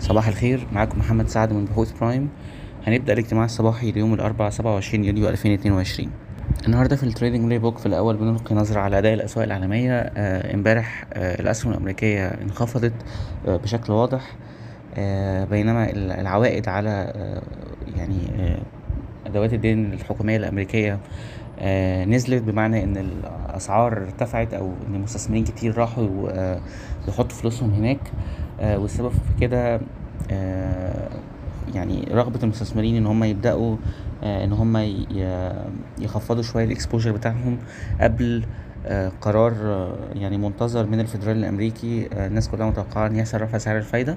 صباح الخير، معاكم محمد سعد من بحوث برايم. هنبدأ الاجتماع الصباحي ليوم الأربعاء 27 يوليو 2022. النهارده في التريدنج بلاي بوك في الأول بنلقي نظرة على أداء الأسواق العالمية. امبارح الأسهم الأمريكية انخفضت بشكل واضح، بينما العوائد على أدوات الدين الحكومية الأمريكية نزلت، بمعنى ان الاسعار ارتفعت او ان مستثمرين كتير راحوا يحطوا فلوسهم هناك. والسبب في كده رغبة المستثمرين ان هم يبدأوا ان هم يخفضوا شوية الاكسبوجر بتاعهم قبل قرار منتظر من الفدرالي الامريكي. الناس كلها متوقعة ان يحصل رفع سعر الفايدة.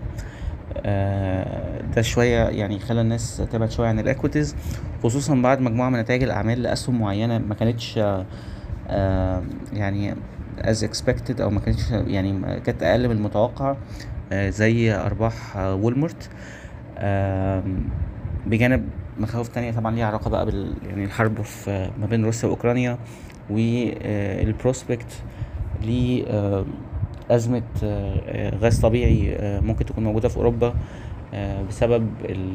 ده شوية خلى الناس تبعد شوية عن الاكويتيز، خصوصا بعد مجموعة من نتائج الأعمال لأسهم معينة ما كانتش as expected، أو ما كانتش كانت أقل من المتوقع، زي أرباح وولمارت. بجانب مخاوف تانية طبعا ليها علاقة بقى الحرب ما بين روسيا وأوكرانيا، والبروسبكت لأزمة غاز طبيعي ممكن تكون موجودة في أوروبا بسبب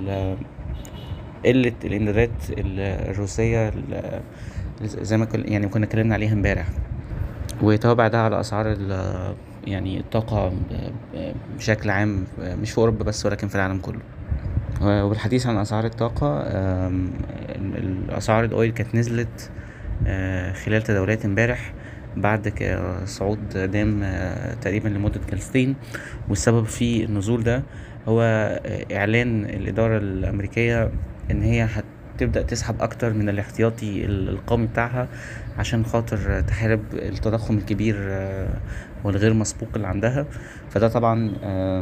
قلة الإمدادات الروسية، زي ما كنا اتكلمنا عليها امبارح، وتابع ده على أسعار الطاقة بشكل عام، مش في أوروبا بس ولكن في العالم كله. والحديث عن أسعار الطاقة، الأسعار الأويل كانت نزلت خلال تداولات امبارح بعد صعود دام تقريبا لمدة جلستين، والسبب في النزول ده هو إعلان الإدارة الأمريكية إن هي هتبدأ تسحب أكتر من الاحتياطي القومي بتاعها عشان خاطر تحارب التضخم الكبير والغير مسبوق اللي عندها. فده طبعا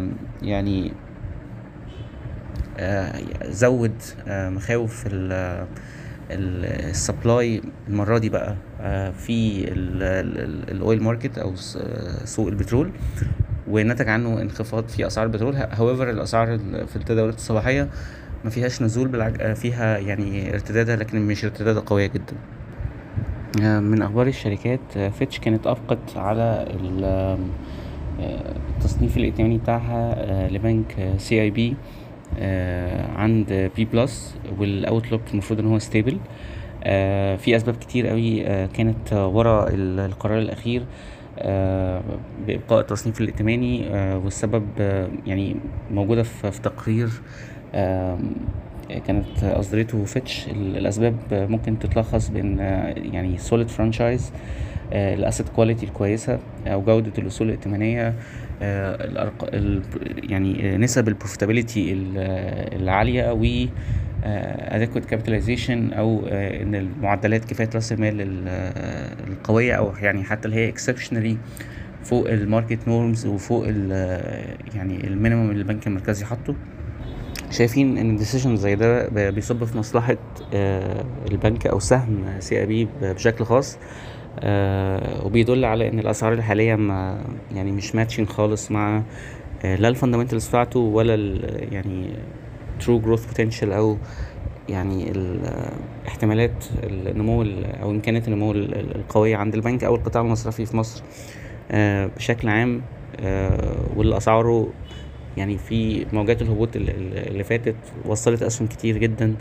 زود مخاوف السبلاي المرة دي بقى في الاويل ماركت او سوق البترول، ونتج عنه انخفاض في اسعار البترول. هاويفر الاسعار في التداولات الصباحية ما فيهاش نزول، فيها ارتدادها، لكن مش ارتدادها قوية جدا. من اخبار الشركات، فيتش كانت ابقت على التصنيف الائتماني بتاعها لبنك سي اي بي عند بي بلس، والاوتلوك المفروض ان هو ستيبل. في اسباب كتير قوي كانت ورا القرار الاخير بابقاء التصنيف الائتماني، والسبب موجوده في تقرير كانت اصدرته فيتش. الاسباب ممكن تتلخص بان سوليد فرانشايز، الاسيت كواليتي الكويسه او جوده الاصول الائتمانيه، نسب البروفيتابيليتي العاليه، و adequate capitalization، او ان المعدلات كفايه راس المال القويه، او حتى اللي هي exceptionally فوق الماركت نورمز وفوق المينيمم اللي البنك المركزي حاطه. شايفين ان الديسيجن زي ده بيصب في مصلحه البنك او سهم سي اي بي بشكل خاص، وبيدل على ان الاسعار الحاليه ما مش ماتشين خالص مع لا الفاندامنتالز بتاعته ولا true growth potential، او احتمالات النمو او امكانيات النمو القويه عند البنك او القطاع المصرفي في مصر بشكل عام. واللي اسعاره في موجات الهبوط اللي فاتت وصلت اسهم كتير جدا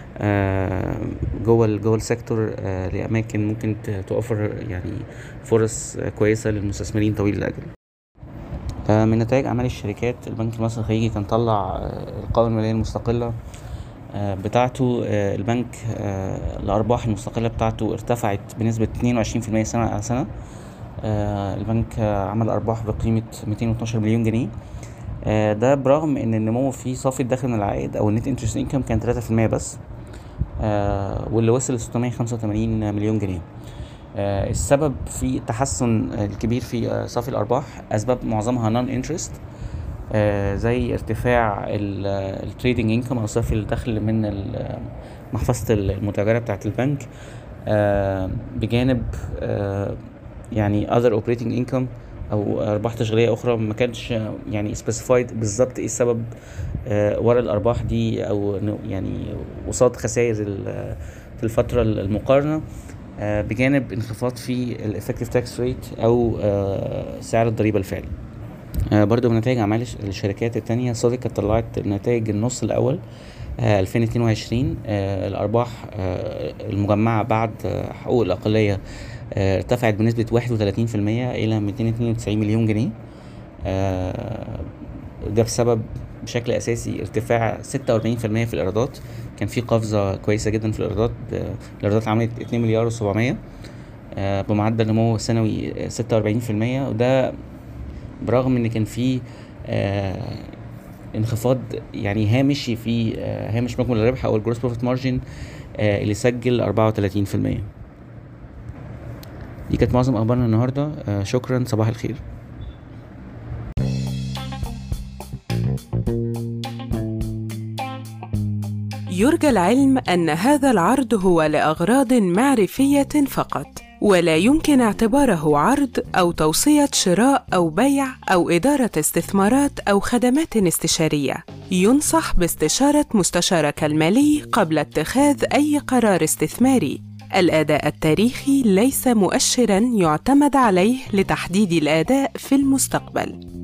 جوه السيكتور لاماكن ممكن توفر فرص كويسه للمستثمرين طويل الاجل. من نتائج اعمال الشركات، البنك المصري الخليجي كان طلع القوائم الماليه المستقله بتاعته. البنك الارباح المستقله بتاعته ارتفعت بنسبه 22% سنه على سنه. البنك عمل ارباح بقيمه 212 مليون جنيه. ده برغم ان النمو في صافي الدخل من العائد او النت انترست انكم كان 3% بس، واللي وصل ل 685 مليون جنيه. السبب في التحسن الكبير في صافي الارباح اسباب معظمها نون انترست، زي ارتفاع التريدنج انكم او صافي الدخل من محفظه المتاجره بتاعه البنك، بجانب other operating income او ارباح تشغيليه اخرى ما كانش specified بالظبط ايه السبب ورا الارباح دي، او قصاد خسائر في الفتره المقارنه، بجانب انخفاض في الافكتيف تاكس ريت او سعر الضريبه الفعلي. برضو من نتائج أعمال الشركات التانية، صادق طلعت نتائج النص الأول 2022. الأرباح المجمعة بعد حقوق الأقلية ارتفعت بنسبة 31% إلى 292 مليون جنيه. ده بسبب بشكل أساسي ارتفاع 46% في الإيرادات. كان في قفزة كويسة جدا في الإيرادات. الإيرادات عملت 2 مليار و700 بمعدل نمو سنوي 46%، وده برغم ان كان في انخفاض يعني هامشي في هامش مجمل الربح او الجروس بروفيت مارجن اللي سجل 34%. دي كانت معظم اخبارنا النهارده. شكرا، صباح الخير. يرجى العلم أن هذا العرض هو لأغراض معرفية فقط، ولا يمكن اعتباره عرض أو توصية شراء أو بيع أو إدارة استثمارات أو خدمات استشارية. ينصح باستشارة مستشارك المالي قبل اتخاذ أي قرار استثماري. الأداء التاريخي ليس مؤشراً يعتمد عليه لتحديد الأداء في المستقبل.